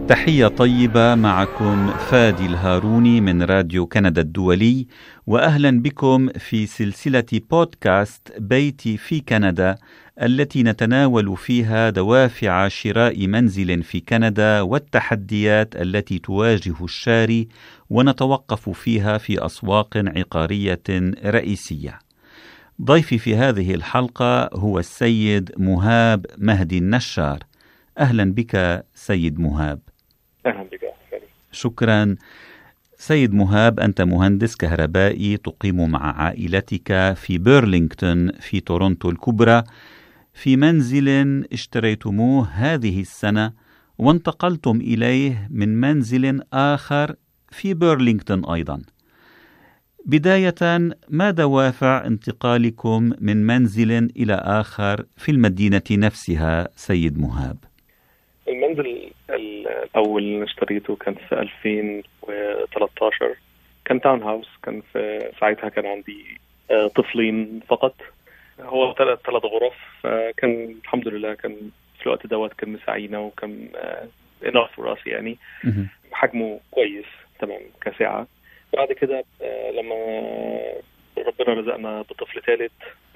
تحية طيبة، معكم فادي الهاروني من راديو كندا الدولي، وأهلا بكم في سلسلة بودكاست بيتي في كندا، التي نتناول فيها دوافع شراء منزل في كندا والتحديات التي تواجه الشاري، ونتوقف فيها في أسواق عقارية رئيسية. ضيفي في هذه الحلقة هو السيد مهاب مهدي النشار. أهلا بك سيد مهاب. أهلا بك. شكرا. سيد مهاب، أنت مهندس كهربائي تقيم مع عائلتك في بيرلينغتون في تورونتو الكبرى، في منزل اشتريتموه هذه السنة وانتقلتم إليه من منزل آخر في بيرلينغتون أيضا. بداية، ما دوافع انتقالكم من منزل إلى آخر في المدينة نفسها سيد مهاب؟ المنزل الأول اللي اشتريته كان في 2013، كان تاون هاوس. كان في ساعتها كان عندي طفلين فقط، هو ثلاث غرف، فكان الحمد لله كان في الوقت دوت كان مساعينا، وكان enough for us يعني. حجمه كويس تمام كسعة. بعد كده لما ربنا رزقنا بطفل ثالث،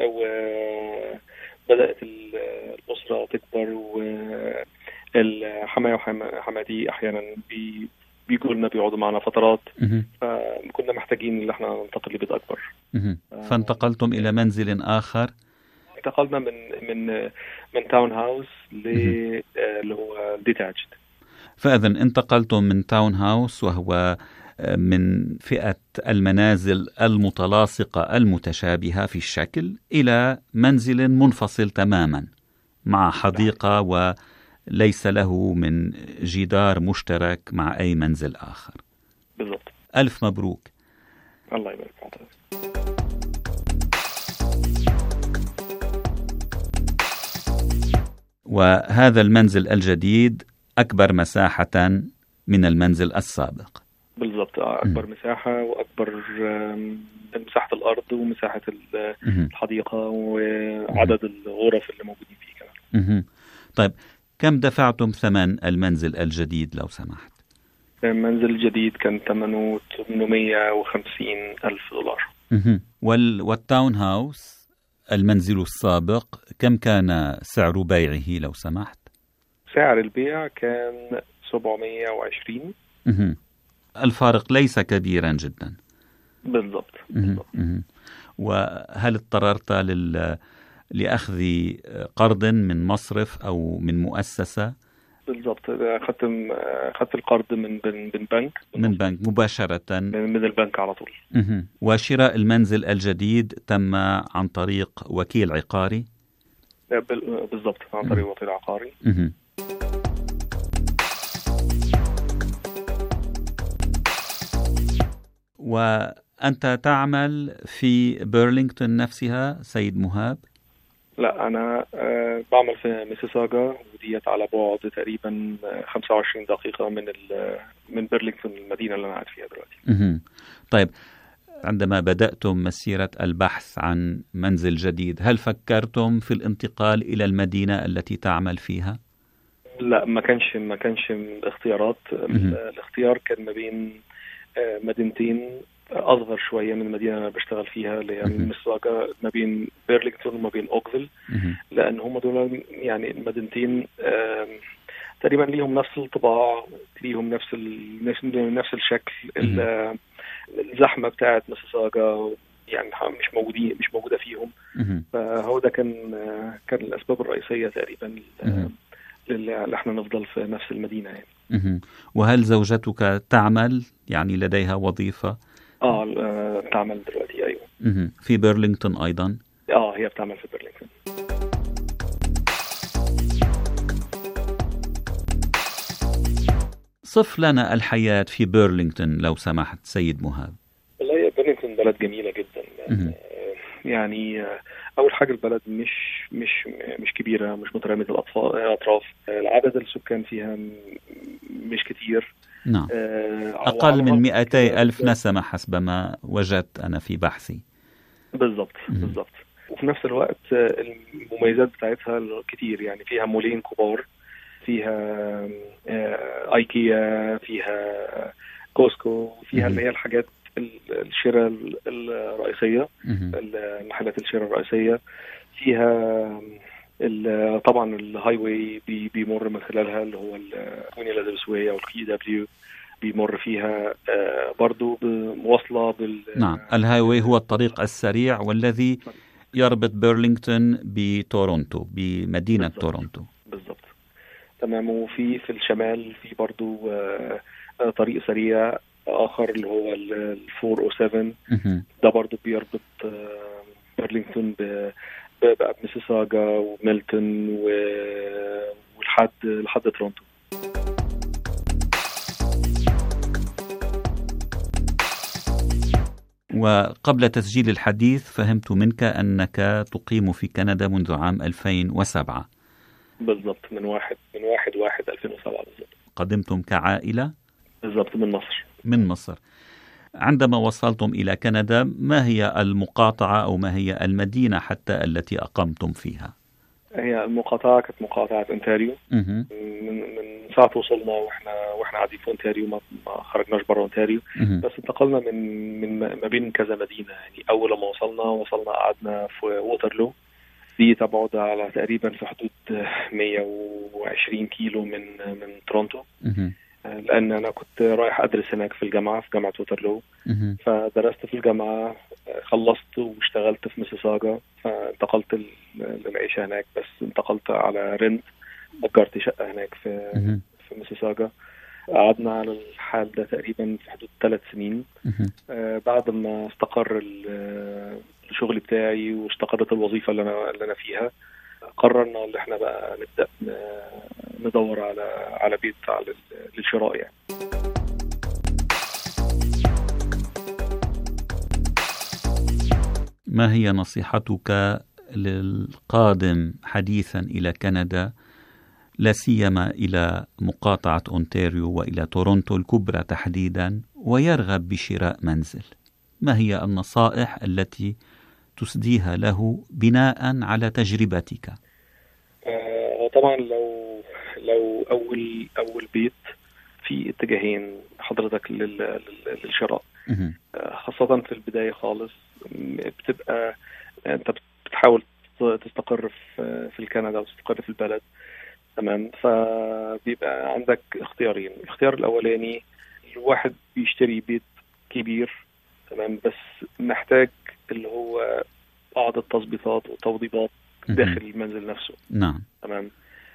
وبدأت الأسرة تكبر، والحماية وحماتي أحيانا بيجوا لنا بيقعدوا معنا فترات، فكنا محتاجين ان احنا ننتقل لبيت اكبر. فانتقلتم الى منزل اخر؟ انتقلنا من تاون هاوس اللي هو ديتاتشد. فاذن انتقلتم من تاون هاوس، وهو من فئة المنازل المتلاصقة المتشابهة في الشكل، إلى منزل منفصل تماما مع حديقة وليس له من جدار مشترك مع أي منزل آخر. بالضبط. ألف مبروك. الله يبارك فيك. وهذا المنزل الجديد أكبر مساحة من المنزل السابق. بالضبط، أكبر مساحة، وأكبر مساحة الأرض، ومساحة الحديقة، وعدد الغرف اللي موجودين فيه كمان. طيب، كم دفعتم ثمن المنزل الجديد لو سمحت؟ المنزل الجديد كان ثمنه $850,000. والتاون هاوس المنزل السابق كم كان سعر بيعه لو سمحت؟ سعر البيع كان 720. الفارق ليس كبيرا جدا. بالضبط. وهل اضطررت لأخذ قرض من مصرف أو من مؤسسة؟ بالضبط، أخذت القرض من بنك. من بنك مباشرة؟ من البنك على طول. وشراء المنزل الجديد تم عن طريق وكيل عقاري؟ بالضبط، عن طريق وكيل عقاري. وأنت تعمل في بيرلينغتون نفسها سيد مهاب؟ لا، أنا بعمل في ميسيساغا، وديت على بعد تقريبا 25 دقيقة من بيرلينغتون، المدينة اللي أنا قاعد فيها دلوقتي. طيب، عندما بدأتم مسيرة البحث عن منزل جديد، هل فكرتم في الانتقال إلى المدينة التي تعمل فيها؟ لا، ما كانش الاختيارات. الاختيار كان ما بين مدينتين أصغر شوية من المدينة اللي أنا بشتغل فيها، اللي هي ميسيساغا، ما بين بيرلينغتون وما بين أوكفيل، لأن هم دول يعني المدينتين تقريبا ليهم نفس الطباع، ليهم نفس الشكل. الزحمة بتاعت ميسيساغا يعني مش موجودة فيهم. فهو ده كان الأسباب الرئيسية تقريبا اللي احنا نفضل في نفس المدينة يعني. وهل زوجتك تعمل، يعني لديها وظيفة؟ تعمل دلوقتي. أيوة. في بيرلينغتون أيضا؟ هي بتعمل في بيرلينغتون. صف لنا الحياة في بيرلينغتون لو سمحت سيد مهاب. والله بيرلينغتون بلد جميلة جدا. يعني أول حاجة البلد مش كبيرة، مش مترامية الأطراف. العدد السكان فيها مش كتير. نعم. أقل من 200,000 نسمة حسب ما وجدت أنا في بحثي. بالضبط. وفي نفس الوقت المميزات بتاعتها كتير، يعني فيها مولين كبار، فيها ايكيا، فيها كوسكو، فيها اللي هي الحاجات الشراء الرئيسية، المحلات الشراء الرئيسية. فيها طبعا الهاي واي بيمر من خلالها اللي هو كوين إليزابيث واي او الكي دبليو، بيمر فيها برضو مواصلة نعم، الهاي واي هو الطريق السريع والذي يربط برلينغتون بتورونتو، بمدينة بالزبط. تورونتو بالضبط، تمام. وفي الشمال في برضو طريق سريع آخر اللي هو ال 407 ده برضو بيربط برلينغتون بميسيساغا وميلتون لحد تورونتو. وقبل تسجيل الحديث فهمت منك أنك تقيم في كندا منذ عام 2007. بالضبط، من 1/1/2007 بالضبط. قدمتم كعائلة؟ بالضبط، من مصر. عندما وصلتم إلى كندا ما هي المقاطعة أو ما هي المدينة حتى التي أقمتم فيها؟ هي المقاطعة كانت مقاطعة أونتاريو. من ساعة وصلنا واحنا قاعدين في أونتاريو، ما خرجناش برا أونتاريو. بس انتقلنا من ما بين كذا مدينة. يعني أول ما وصلنا قعدنا في ووترلو، دي تبعد على تقريبا في حدود 120 كيلو من تورونتو. لأن أنا كنت رايح أدرس هناك في جامعة ووترلو. فدرست في الجامعة، خلصت واشتغلت في ميسيساغا، فانتقلت للعيشة هناك. بس انتقلت على رنت، أجرت شقة هناك في ميسيساغا. قعدنا على الحال ده تقريبا في حدود 3 سنين. بعد ما استقر الشغل بتاعي واستقرت الوظيفة اللي أنا فيها، قررنا ان احنا بقى نبدأ ندور على بيت للشراء يعني. ما هي نصيحتك للقادم حديثا إلى كندا، لا سيما إلى مقاطعة أونتاريو وإلى تورونتو الكبرى تحديدا، ويرغب بشراء منزل؟ ما هي النصائح التي تسديها له بناء على تجربتك؟ طبعا لو اول بيت في اتجاهين حضرتك للشراء، خاصة في البداية خالص. بتبقى انت بتحاول تستقر في كندا وتستقر في البلد، تمام. فبيبقى عندك اختيارين. الاختيار الاولاني، الواحد بيشتري بيت كبير، تمام، بس محتاج اللي هو بعض التظبيطات والتوضيبات داخل المنزل نفسه. نعم، تمام.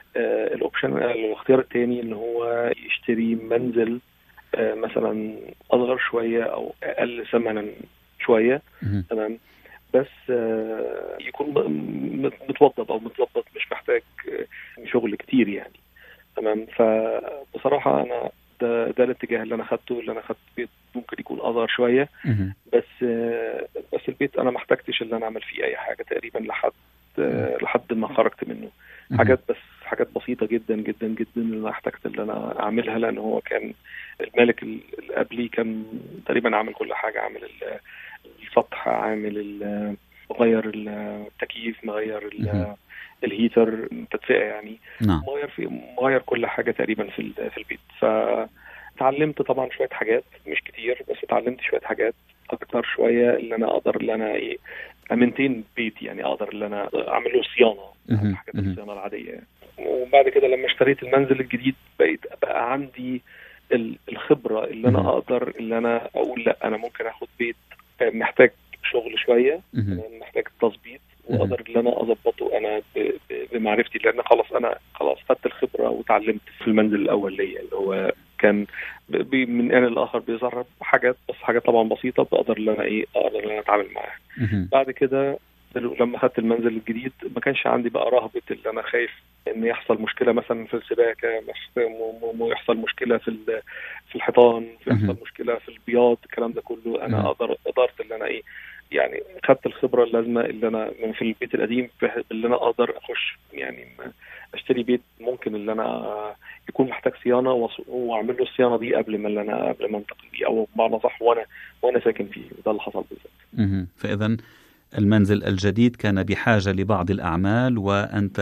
الاختيار الثاني اللي هو يشتري منزل مثلا اصغر شويه او اقل ثمنا شويه، تمام، بس يكون متوضب او متظبط، مش محتاج شغل كتير يعني، تمام. فبصراحه انا ده الاتجاه اللي انا خدت بيت ممكن يكون اصغر شويه، بس البيت انا ما احتاجتش اللي انا اعمل فيه اي حاجه تقريبا لحد ما خرجت منه. حاجات بسيطه جدا جدا جدا اللي انا احتجت اللي انا اعملها، لان هو كان المالك اللي قبلي كان تقريبا عامل كل حاجه، عامل السطح، عامل مغير التكييف، مغير الهيتر، التدفئه يعني. نعم. مغير كل حاجه تقريبا في البيت. فتعلمت طبعا شويه حاجات، مش كتير، بس اتعلمت شويه حاجات اكتر شويه اللي انا اقدر اللي انا امنتين بيت، يعني اقدر اللي انا اعمل له صيانه، حاجات الصيانه العاديه يعني. وبعد كده لما اشتريت المنزل الجديد بقى عندي الخبره اللي انا اقدر اللي انا اقول لا، انا ممكن اخد بيت محتاج شغل شويه، محتاج تظبيط، واقدر اللي انا اظبطه انا بمعرفتي، لان انا خلاص خدت الخبره وتعلمت في المنزل الاول ليا، اللي هو كان من آن الآخر بيظهر حاجات طبعا بسيطة، بقدر ان انا اتعامل معاها. بعد كده لما خدت المنزل الجديد ما كانش عندي بقى رهبة اللي انا خايف ان يحصل مشكلة مثلا في السباكة، يحصل مشكلة في الحيطان، يحصل مشكلة في البياض، الكلام ده كله انا قدرت اللي انا يعني خدت الخبرة اللازمة اللي انا في البيت القديم، اللي انا اقدر اخش يعني اشتري بيت ممكن اللي انا يكون محتاج صيانة واعمل له الصيانة دي قبل ما انتقل بيه، او بمعنى صح وانا ساكن فيه. ده اللي حصل بالظبط. فاذا المنزل الجديد كان بحاجة لبعض الأعمال، وأنت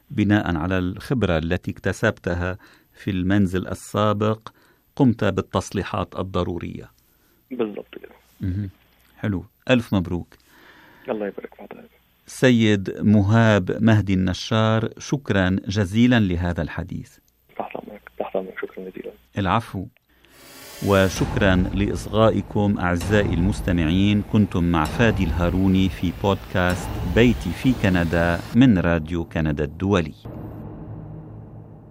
بناء على الخبرة التي اكتسبتها في المنزل السابق قمت بالتصليحات الضرورية. بالضبط كده. حلو، ألف مبروك. الله يبارك فيك. سيد مهاب مهدي النشار، شكرا جزيلا لهذا الحديث. تحت أمرك، شكرا جزيلا. العفو، وشكرا لإصغائكم أعزائي المستمعين. كنتم مع فادي الهاروني في بودكاست بيتي في كندا من راديو كندا الدولي.